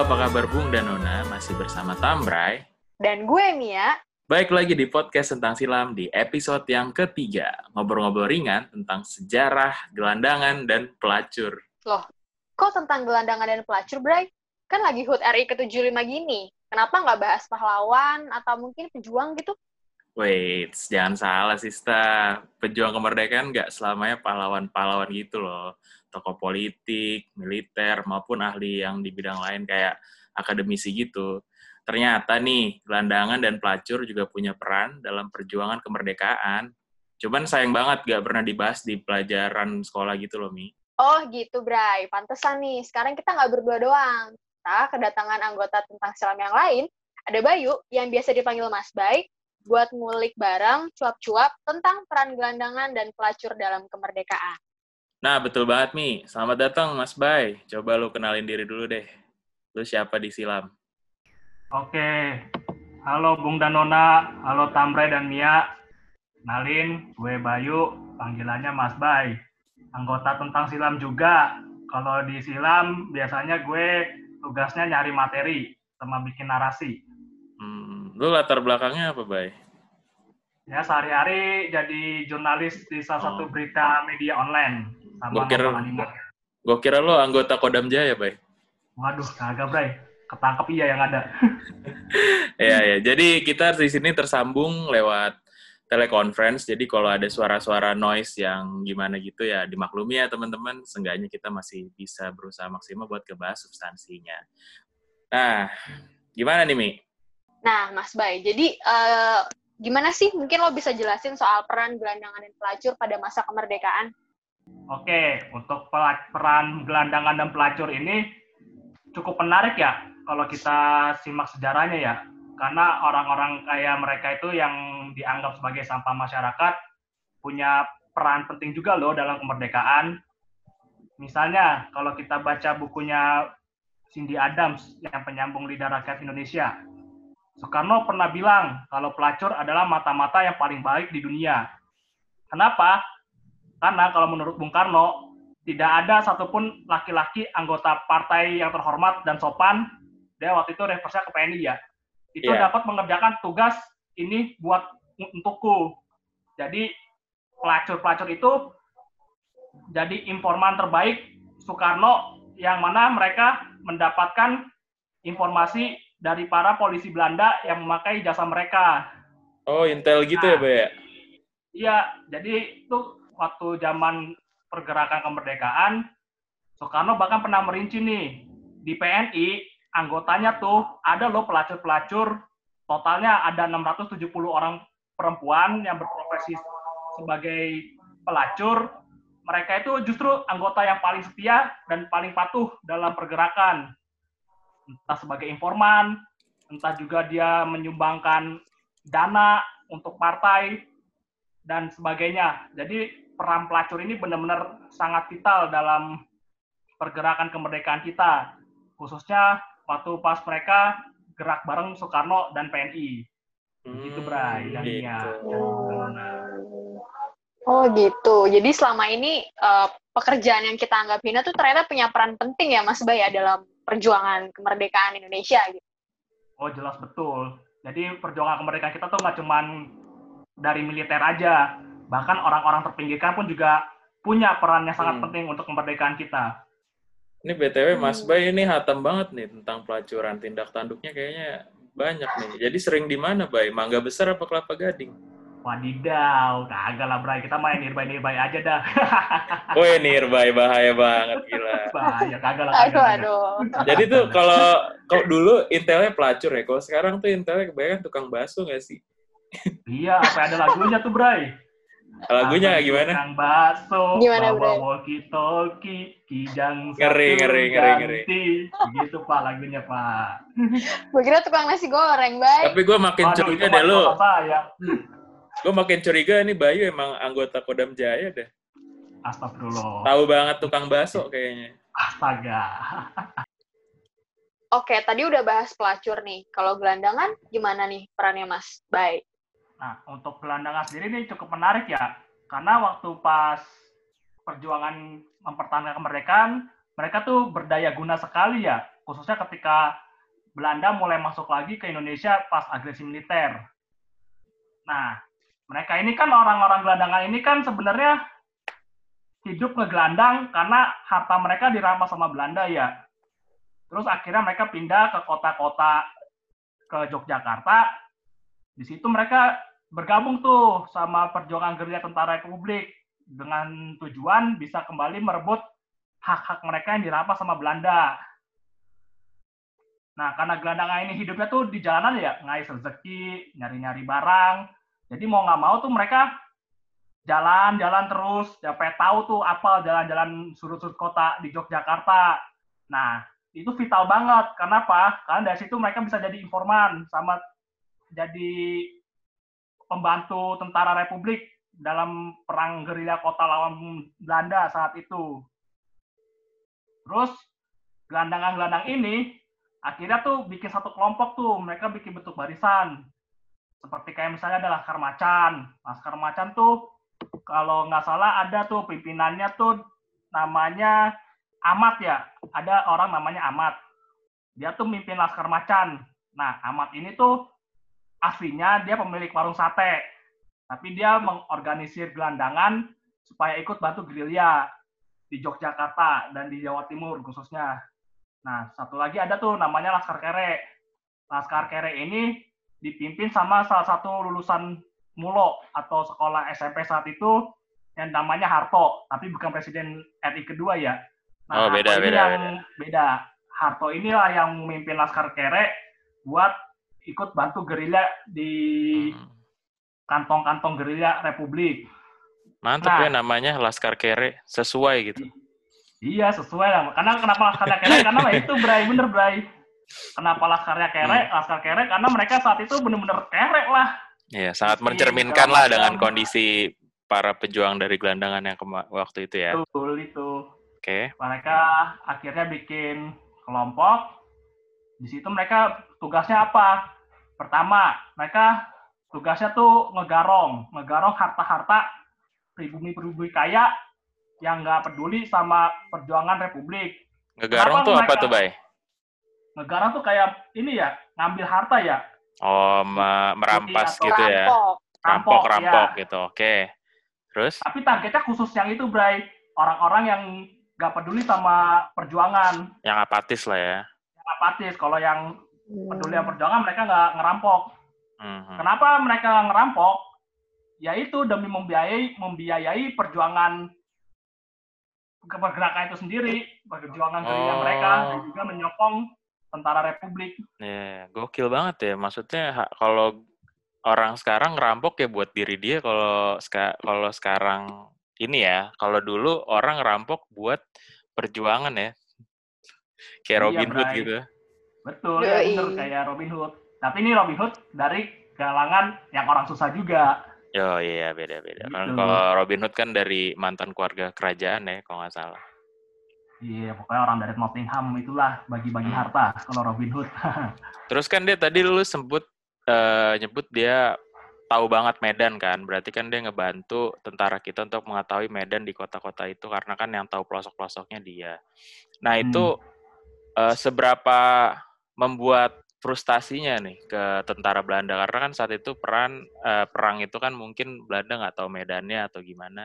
Halo, apa kabar Bung dan Nona? Masih bersama Tambray. Dan gue, Mia. Baik lagi di podcast tentang silam di episode yang ketiga. Ngobrol-ngobrol ringan tentang sejarah, gelandangan, dan pelacur. Loh, kok tentang gelandangan dan pelacur, Bray? Kan lagi HUT RI ke-75 gini. Kenapa nggak bahas pahlawan atau mungkin pejuang gitu? Wait, jangan salah Sista. Pejuang kemerdekaan nggak selamanya pahlawan-pahlawan gitu loh. Tokoh politik, militer, maupun ahli yang di bidang lain kayak akademisi gitu. Ternyata nih, gelandangan dan pelacur juga punya peran dalam perjuangan kemerdekaan. Cuman sayang banget nggak pernah dibahas di pelajaran sekolah gitu loh, Mi. Oh gitu, Bray. Pantesan nih, sekarang kita nggak berdua doang. Kita kedatangan anggota tentang silam yang lain. Ada Bayu, yang biasa dipanggil Mas Bay, buat ngulik bareng cuap-cuap tentang peran gelandangan dan pelacur dalam kemerdekaan. Nah, betul banget, Mi. Selamat datang, Mas Bay. Coba lu kenalin diri dulu deh. Lu siapa di silam? Oke, halo Bung dan Nona, halo Tambray dan Mia. Kenalin, gue Bayu, panggilannya Mas Bay. Anggota tentang silam juga. Kalau di silam, biasanya gue tugasnya nyari materi sama bikin narasi. Lu latar belakangnya apa, Bay? Ya, sehari-hari jadi jurnalis di salah satu berita media online. Sama Gue kira lo anggota Kodam Jaya, Bay. Waduh, kagak, Bray. Ketangkep iya yang ada. Ya. Jadi kita di sini tersambung lewat teleconference. Jadi kalau ada suara-suara noise yang gimana gitu ya dimaklumi ya teman-teman. Seenggaknya kita masih bisa berusaha maksimal buat ngebahas substansinya. Nah, gimana nih, Mi? Nah, Mas Bay, jadi gimana sih mungkin lo bisa jelasin soal peran gelandangan dan pelacur pada masa kemerdekaan? Oke, untuk peran gelandangan dan pelacur ini cukup menarik ya kalau kita simak sejarahnya ya. Karena orang-orang kayak mereka itu yang dianggap sebagai sampah masyarakat punya peran penting juga loh dalam kemerdekaan. Misalnya kalau kita baca bukunya Cindy Adams yang penyambung lidah rakyat Indonesia, Soekarno pernah bilang kalau pelacur adalah mata-mata yang paling baik di dunia. Kenapa? Karena kalau menurut Bung Karno, tidak ada satupun laki-laki anggota partai yang terhormat dan sopan, dia waktu itu referensinya ke PNI ya, itu dapat mengerjakan tugas ini buat untukku. Jadi pelacur-pelacur itu jadi informan terbaik Soekarno yang mana mereka mendapatkan informasi dari para polisi Belanda yang memakai jasa mereka. Oh, intel gitu ya, Bay? Iya, jadi itu waktu zaman pergerakan kemerdekaan, Soekarno bahkan pernah merinci nih, di PNI, anggotanya tuh ada loh pelacur-pelacur, totalnya ada 670 orang perempuan yang berprofesi sebagai pelacur. Mereka itu justru anggota yang paling setia dan paling patuh dalam pergerakan. Entah sebagai informan, entah juga dia menyumbangkan dana untuk partai, dan sebagainya. Jadi peran pelacur ini benar-benar sangat vital dalam pergerakan kemerdekaan kita. Khususnya waktu pas mereka gerak bareng Soekarno dan PNI. Gitu, Bray. Dan Oh gitu. Jadi selama ini pekerjaan yang kita anggap hina tuh ternyata punya peran penting ya Mas Bay ya dalam perjuangan kemerdekaan Indonesia gitu. Oh jelas betul. Jadi perjuangan kemerdekaan kita tuh nggak cuman dari militer aja, bahkan orang-orang terpinggirkan pun juga punya peran yang sangat penting untuk kemerdekaan kita. Ini BTW Mas Bay ini hatam banget nih tentang pelacuran, tindak tanduknya kayaknya banyak nih. Jadi sering di mana, Bay? Mangga Besar apa Kelapa Gading? Wadidaw, kagak lah, Bray. Kita main nearby aja dah. Woi, nearby, bahaya banget, gila. Bahaya, kagak lah. Aduh. Jadi tuh kalau dulu intelnya pelacur ya, kalau sekarang tuh intelnya kebanyakan tukang bakso nggak sih? Iya, apa ada lagunya tuh, Bray? Lagunya gimana? Tukang bakso, gimana, bawa walkie-talkie, kijang ngeri. Gitu, Pak, lagunya, Pak. Gue kira tukang nasi goreng, Bay. Tapi gue makin curiga deh lo. Gue makin curiga nih Bayu emang anggota Kodam Jaya deh. Astagfirullah. Tahu banget tukang bakso kayaknya. Astaga. Oke, tadi udah bahas pelacur nih. Kalau gelandangan gimana nih perannya Mas Bay? Nah, untuk gelandangan sendiri ini cukup menarik ya. Karena waktu pas perjuangan mempertahankan kemerdekaan, mereka tuh berdaya guna sekali ya. khususnya ketika Belanda mulai masuk lagi ke Indonesia pas agresi militer. Nah, mereka ini kan orang-orang gelandangan ini kan sebenarnya hidup ngegelandang karena harta mereka dirampas sama Belanda ya. Terus akhirnya mereka pindah ke kota-kota ke Yogyakarta. Di situ mereka bergabung tuh sama perjuangan gerilya Tentara Republik dengan tujuan bisa kembali merebut hak-hak mereka yang dirampas sama Belanda. Nah, karena gelandangan ini hidupnya tuh di jalanan ya, ngais rezeki, nyari-nyari barang. Jadi mau nggak mau tuh mereka jalan-jalan terus, sampai tahu tuh apa jalan-jalan sudut-sudut kota di Yogyakarta. Nah, itu vital banget. Kenapa? Karena dari situ mereka bisa jadi informan sama jadi pembantu tentara Republik dalam perang gerilya kota lawan Belanda saat itu. Terus gelandangan-gelandang ini akhirnya tuh bikin satu kelompok tuh, mereka bikin bentuk barisan. Seperti kayak misalnya ada Laskar Macan. Laskar Macan tuh kalau nggak salah ada tuh pimpinannya tuh namanya Ahmad ya. Ada orang namanya Ahmad. Dia tuh mimpin Laskar Macan. Nah, Ahmad ini tuh aslinya dia pemilik warung sate. Tapi dia mengorganisir gelandangan supaya ikut bantu gerilya di Yogyakarta dan di Jawa Timur khususnya. Nah, satu lagi ada tuh namanya Laskar Kere. Laskar Kere ini dipimpin sama salah satu lulusan Mulo atau sekolah SMP saat itu yang namanya Harto, tapi bukan presiden RI kedua ya. Nah, beda. Harto inilah yang memimpin Laskar Kere buat ikut bantu gerilya di kantong-kantong gerilya Republik. Mantap ya namanya Laskar Kere, sesuai gitu. Iya, sesuai lah. Karena kenapa Laskarnya Kere? Karena itu, Bray. Bener, Bray. Kenapa Laskarnya Kere? Laskar Kere karena mereka saat itu bener-bener kere lah. Iya, sangat mencerminkan lah dengan kondisi para pejuang dari gelandangan yang waktu itu ya. Betul, itu. Oke. Mereka akhirnya bikin kelompok. Di situ mereka tugasnya apa? Pertama, mereka tugasnya tuh ngegarong harta-harta pribumi-pribumi kaya yang nggak peduli sama perjuangan Republik. Ngegarong tuh apa tuh, Bay? Ngegarong tuh kayak ini ya, ngambil harta ya. Oh, merampas gitu ya. Rampok ya. Gitu. Oke. Terus? Tapi targetnya khusus yang itu, Bray. Orang-orang yang nggak peduli sama perjuangan. Yang apatis lah ya. Yang apatis. Kalau yang peduli sama perjuangan, mereka nggak ngerampok. Kenapa mereka ngerampok? Yaitu demi membiayai perjuangan pergerakan itu sendiri, perjuangan gerilya mereka, dan juga menyokong Tentara Republik. Gokil banget ya. Maksudnya kalau orang sekarang ngerampok ya buat diri dia. Kalau sekarang ini ya, kalau dulu orang ngerampok buat perjuangan ya. Kayak Robin Hood gitu. Betul, ya bener kayak Robin Hood. Tapi ini Robin Hood dari kalangan yang orang susah juga. Oh iya, beda-beda. Gitu. Kalau Robin Hood kan dari mantan keluarga kerajaan ya, kalau nggak salah. Iya, pokoknya orang dari Nottingham itulah bagi-bagi harta kalau Robin Hood. Terus kan dia tadi lu sebut nyebut dia tahu banget Medan kan, berarti kan dia ngebantu tentara kita untuk mengetahui Medan di kota-kota itu karena kan yang tahu pelosok-pelosoknya dia. Nah itu seberapa membuat frustasinya nih ke tentara Belanda karena kan saat itu perang itu kan mungkin Belanda nggak tahu medannya atau gimana.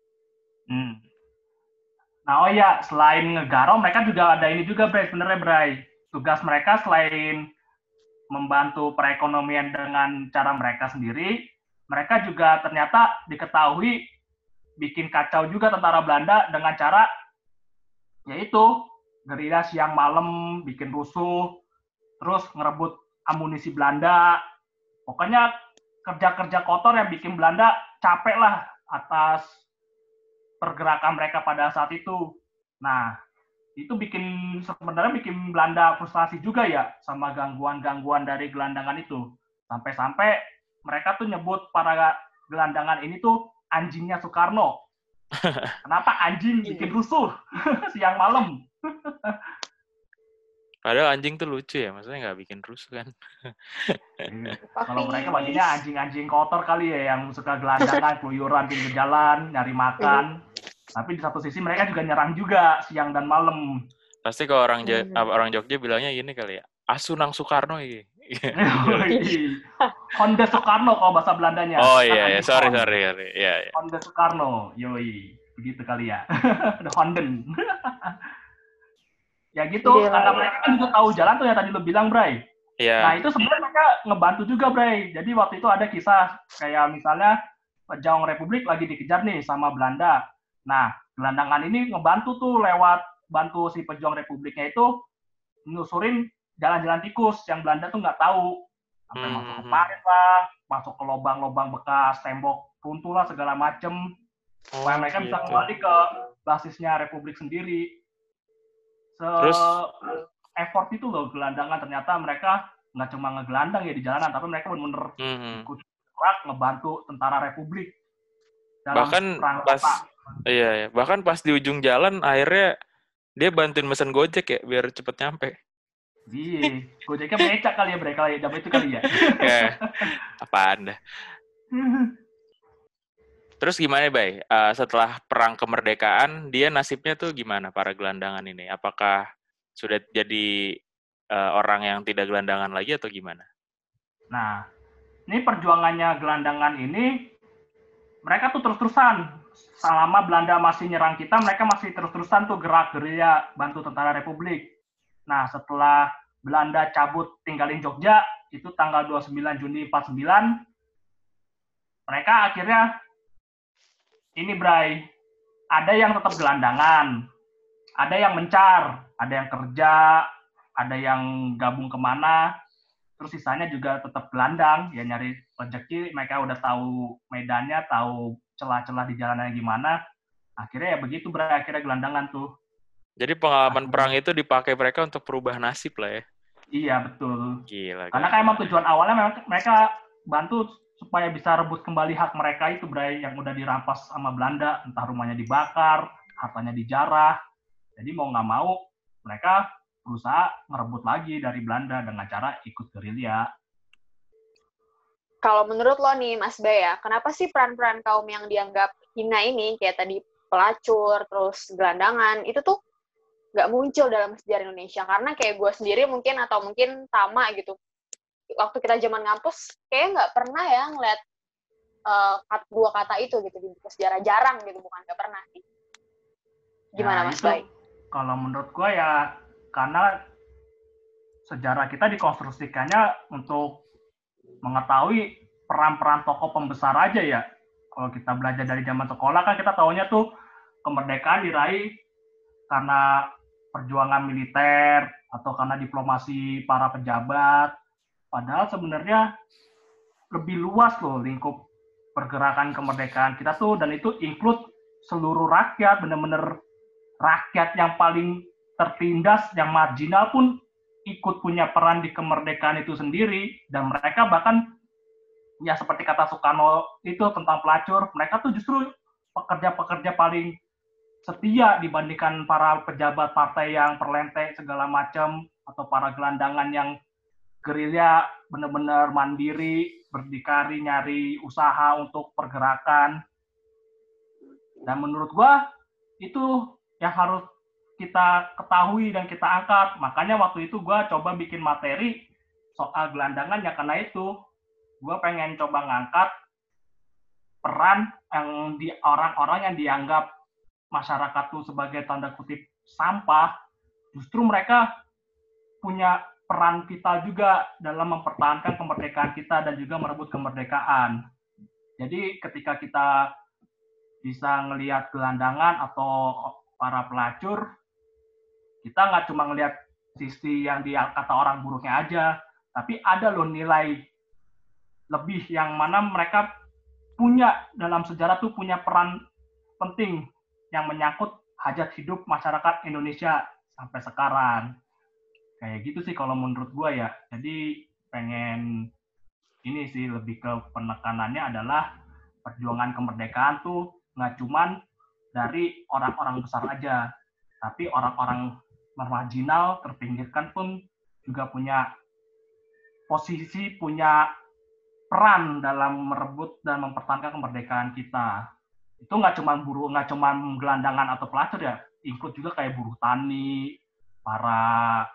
Nah selain ngegarong mereka juga ada ini juga Bray, sebenarnya Bray. Tugas mereka selain membantu perekonomian dengan cara mereka sendiri, mereka juga ternyata diketahui bikin kacau juga tentara Belanda dengan cara yaitu gerilya siang malam bikin rusuh, terus ngerebut amunisi Belanda. Pokoknya kerja-kerja kotor yang bikin Belanda capek lah atas pergerakan mereka pada saat itu. Nah, itu sebenarnya bikin Belanda frustasi juga ya sama gangguan-gangguan dari gelandangan itu. Sampai-sampai mereka tuh nyebut para gelandangan ini tuh anjingnya Soekarno. Kenapa anjing bikin rusuh siang malam? Padahal anjing tuh lucu ya, maksudnya nggak bikin rusuh kan. Kalau mereka baginya anjing-anjing kotor kali ya, yang suka gelandangan, keluyuran pinggir jalan, nyari makan. Tapi di satu sisi mereka juga nyerang juga siang dan malam. Pasti kalau orang Jogja bilangnya gini kali ya, Asunang Soekarno ini. Honda Soekarno kalau bahasa Belandanya. Oh Kan iya, ada sorry. Hon. Iya. Honda Soekarno, yoi. Begitu kali ya. Ada Honden. Ya gitu, karena mereka kan juga tahu jalan tuh yang tadi lo bilang, Bray. Iya. Nah, itu sebenarnya mereka ngebantu juga, Bray. Jadi waktu itu ada kisah, kayak misalnya pejuang Republik lagi dikejar nih sama Belanda. Nah, gelandangan ini ngebantu tuh lewat bantu si pejuang Republiknya itu menyusurin jalan-jalan tikus yang Belanda tuh nggak tahu. Sampai masuk ke parit lah, masuk ke lubang-lubang bekas tembok runtuh lah, segala macem. Supaya mereka bisa kembali ke basisnya Republik sendiri. Terus Effort itu loh gelandangan, ternyata mereka nggak cuma ngegelandang ya di jalanan, tapi mereka benar-benar ikut gerak ngebantu tentara Republik dalam perang apa. Bahkan pas di ujung jalan akhirnya dia bantuin mesen Gojek ya biar cepet nyampe. Iya, Gojeknya becak kali ya, Bre, kali ya, itu kali ya. Apaan dah. Terus gimana, Bay? Setelah perang kemerdekaan, dia nasibnya tuh gimana para gelandangan ini? Apakah sudah jadi orang yang tidak gelandangan lagi atau gimana? Nah, ini perjuangannya gelandangan ini, mereka tuh terus-terusan. Selama Belanda masih nyerang kita, mereka masih terus-terusan tuh gerak gerilya bantu tentara Republik. Nah, setelah Belanda cabut tinggalin Jogja, itu tanggal 29 Juni 49, mereka akhirnya ini, Bray, ada yang tetap gelandangan, ada yang mencar, ada yang kerja, ada yang gabung kemana, terus sisanya juga tetap gelandang, ya nyari rezeki, mereka udah tahu medannya, tahu celah-celah di jalannya gimana, akhirnya ya begitu, Bray, akhirnya gelandangan tuh. Jadi pengalaman perang itu dipakai mereka untuk perubah nasib lah ya? Iya, betul. Gila. Karena kan emang tujuan awalnya mereka bantu supaya bisa rebut kembali hak mereka itu, Bray, yang udah dirampas sama Belanda, entah rumahnya dibakar, hartanya dijarah. Jadi mau nggak mau, mereka berusaha ngerebut lagi dari Belanda dengan cara ikut gerilya. Kalau menurut lo nih, Mas Baya, kenapa sih peran-peran kaum yang dianggap hina ini, kayak tadi pelacur, terus gelandangan, itu tuh nggak muncul dalam sejarah Indonesia? Karena kayak gue sendiri mungkin Tama gitu, waktu kita zaman ngampus kayak nggak pernah ya ngeliat dua kata itu gitu di buku sejarah, jarang gitu, bukan nggak pernah sih. Gimana, Mas Bay? Kalau menurut gue ya karena sejarah kita dikonstruksikannya untuk mengetahui peran-peran tokoh pembesar aja ya. Kalau kita belajar dari zaman sekolah kan kita taunya tuh kemerdekaan diraih karena perjuangan militer atau karena diplomasi para pejabat. Padahal sebenarnya lebih luas loh lingkup pergerakan kemerdekaan kita tuh, dan itu include seluruh rakyat, benar-benar rakyat yang paling tertindas, yang marginal pun ikut punya peran di kemerdekaan itu sendiri. Dan mereka bahkan, ya seperti kata Soekarno itu tentang pelacur, mereka tuh justru pekerja-pekerja paling setia dibandingkan para pejabat partai yang perlentek segala macam, atau para gelandangan yang gerilya benar-benar mandiri, berdikari, nyari usaha untuk pergerakan. Dan menurut gua itu yang harus kita ketahui dan kita angkat. Makanya waktu itu gua coba bikin materi soal gelandangan, ya karena itu gua pengen coba ngangkat peran yang di orang-orang yang dianggap masyarakat tuh sebagai tanda kutip sampah, justru mereka punya peran vital juga dalam mempertahankan kemerdekaan kita dan juga merebut kemerdekaan. Jadi ketika kita bisa ngelihat gelandangan atau para pelacur, kita nggak cuma ngelihat sisi yang kata orang buruknya aja, tapi ada loh nilai lebih yang mana mereka punya dalam sejarah tuh, punya peran penting yang menyangkut hajat hidup masyarakat Indonesia sampai sekarang. Kayak gitu sih kalau menurut gue ya. Jadi pengen ini sih lebih ke penekanannya adalah perjuangan kemerdekaan tuh nggak cuman dari orang-orang besar aja, tapi orang-orang marginal, terpinggirkan pun juga punya posisi, punya peran dalam merebut dan mempertahankan kemerdekaan kita. Itu nggak cuma buruh, nggak cuma gelandangan atau pelacur ya, include juga kayak buruh tani, para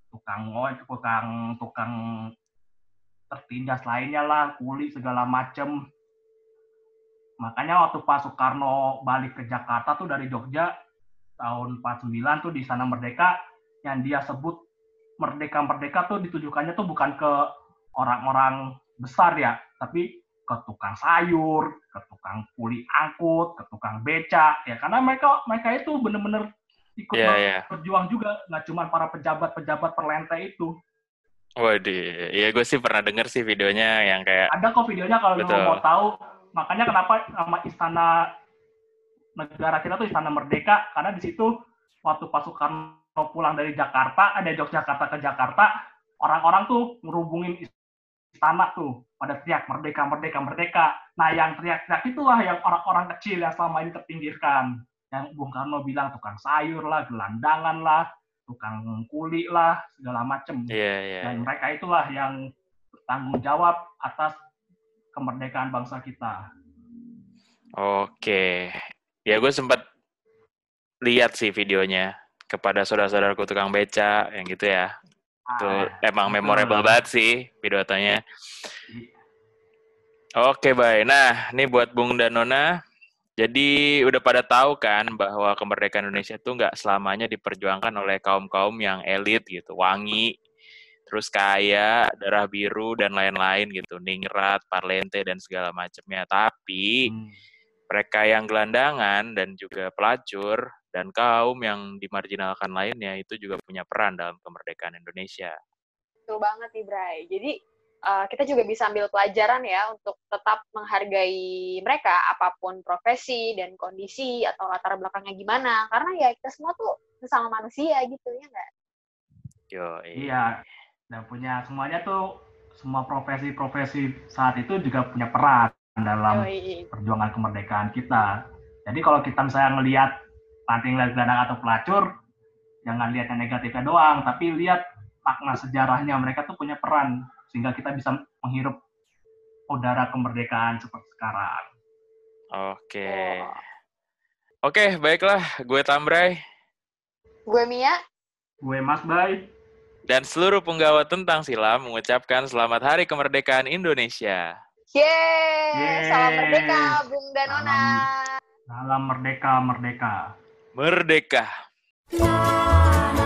tukang tertindas lainnya lah, kuli segala macem. Makanya waktu Pak Soekarno balik ke Jakarta tuh dari Jogja tahun 49 tuh di Istana Merdeka, yang dia sebut merdeka tuh ditujukannya tuh bukan ke orang-orang besar ya, tapi ke tukang sayur, ke tukang kuli angkut, ke tukang beca ya, karena mereka itu benar-benar ikut berjuang juga, nggak cuma para pejabat perlente itu. Waduh, ya gue sih pernah denger sih videonya yang kayak... Ada kok videonya kalau lo mau tahu. Makanya kenapa nama istana negara kita tuh Istana Merdeka, karena di situ waktu Pak Soekarno pulang dari Jakarta, ada Yogyakarta ke Jakarta, orang-orang tuh ngerubungin istana tuh, pada teriak merdeka, merdeka, merdeka. Nah, yang teriak-teriak itulah yang orang-orang kecil yang selama ini terpinggirkan. Yang Bung Karno bilang tukang sayur lah, gelandangan lah, tukang kuli lah, segala macem. Dan mereka itulah yang bertanggung jawab atas kemerdekaan bangsa kita. Oke. Ya gue sempat lihat sih videonya kepada saudara-saudaraku tukang beca yang gitu ya. Itu emang memorable banget sih videonya. Oke, baik. Nah, ini buat Bung dan Nona. Jadi udah pada tahu kan bahwa kemerdekaan Indonesia itu nggak selamanya diperjuangkan oleh kaum-kaum yang elit gitu, wangi, terus kaya, darah biru, dan lain-lain gitu, ningrat, parlente, dan segala macamnya. Tapi mereka yang gelandangan dan juga pelacur dan kaum yang dimarginalkan lainnya itu juga punya peran dalam kemerdekaan Indonesia. Betul banget nih, Bray. Jadi kita juga bisa ambil pelajaran ya untuk tetap menghargai mereka, apapun profesi dan kondisi atau latar belakangnya gimana. Karena ya kita semua tuh sesama manusia gitu, ya nggak? Iya. Dan semuanya tuh, semua profesi-profesi saat itu juga punya peran dalam perjuangan kemerdekaan kita. Jadi kalau kita misalnya ngelihat panting gelandang atau pelacur, jangan lihat yang negatifnya doang, tapi lihat makna sejarahnya. Mereka tuh punya peran sehingga kita bisa menghirup udara kemerdekaan seperti sekarang. Oke, baiklah. Gue Tambray. Gue Mia. Gue Mas Bay. Dan seluruh penggawa tentang silam mengucapkan selamat Hari Kemerdekaan Indonesia. Yeay! Salam merdeka, Bung dan Nona. Salam merdeka, merdeka. Merdeka.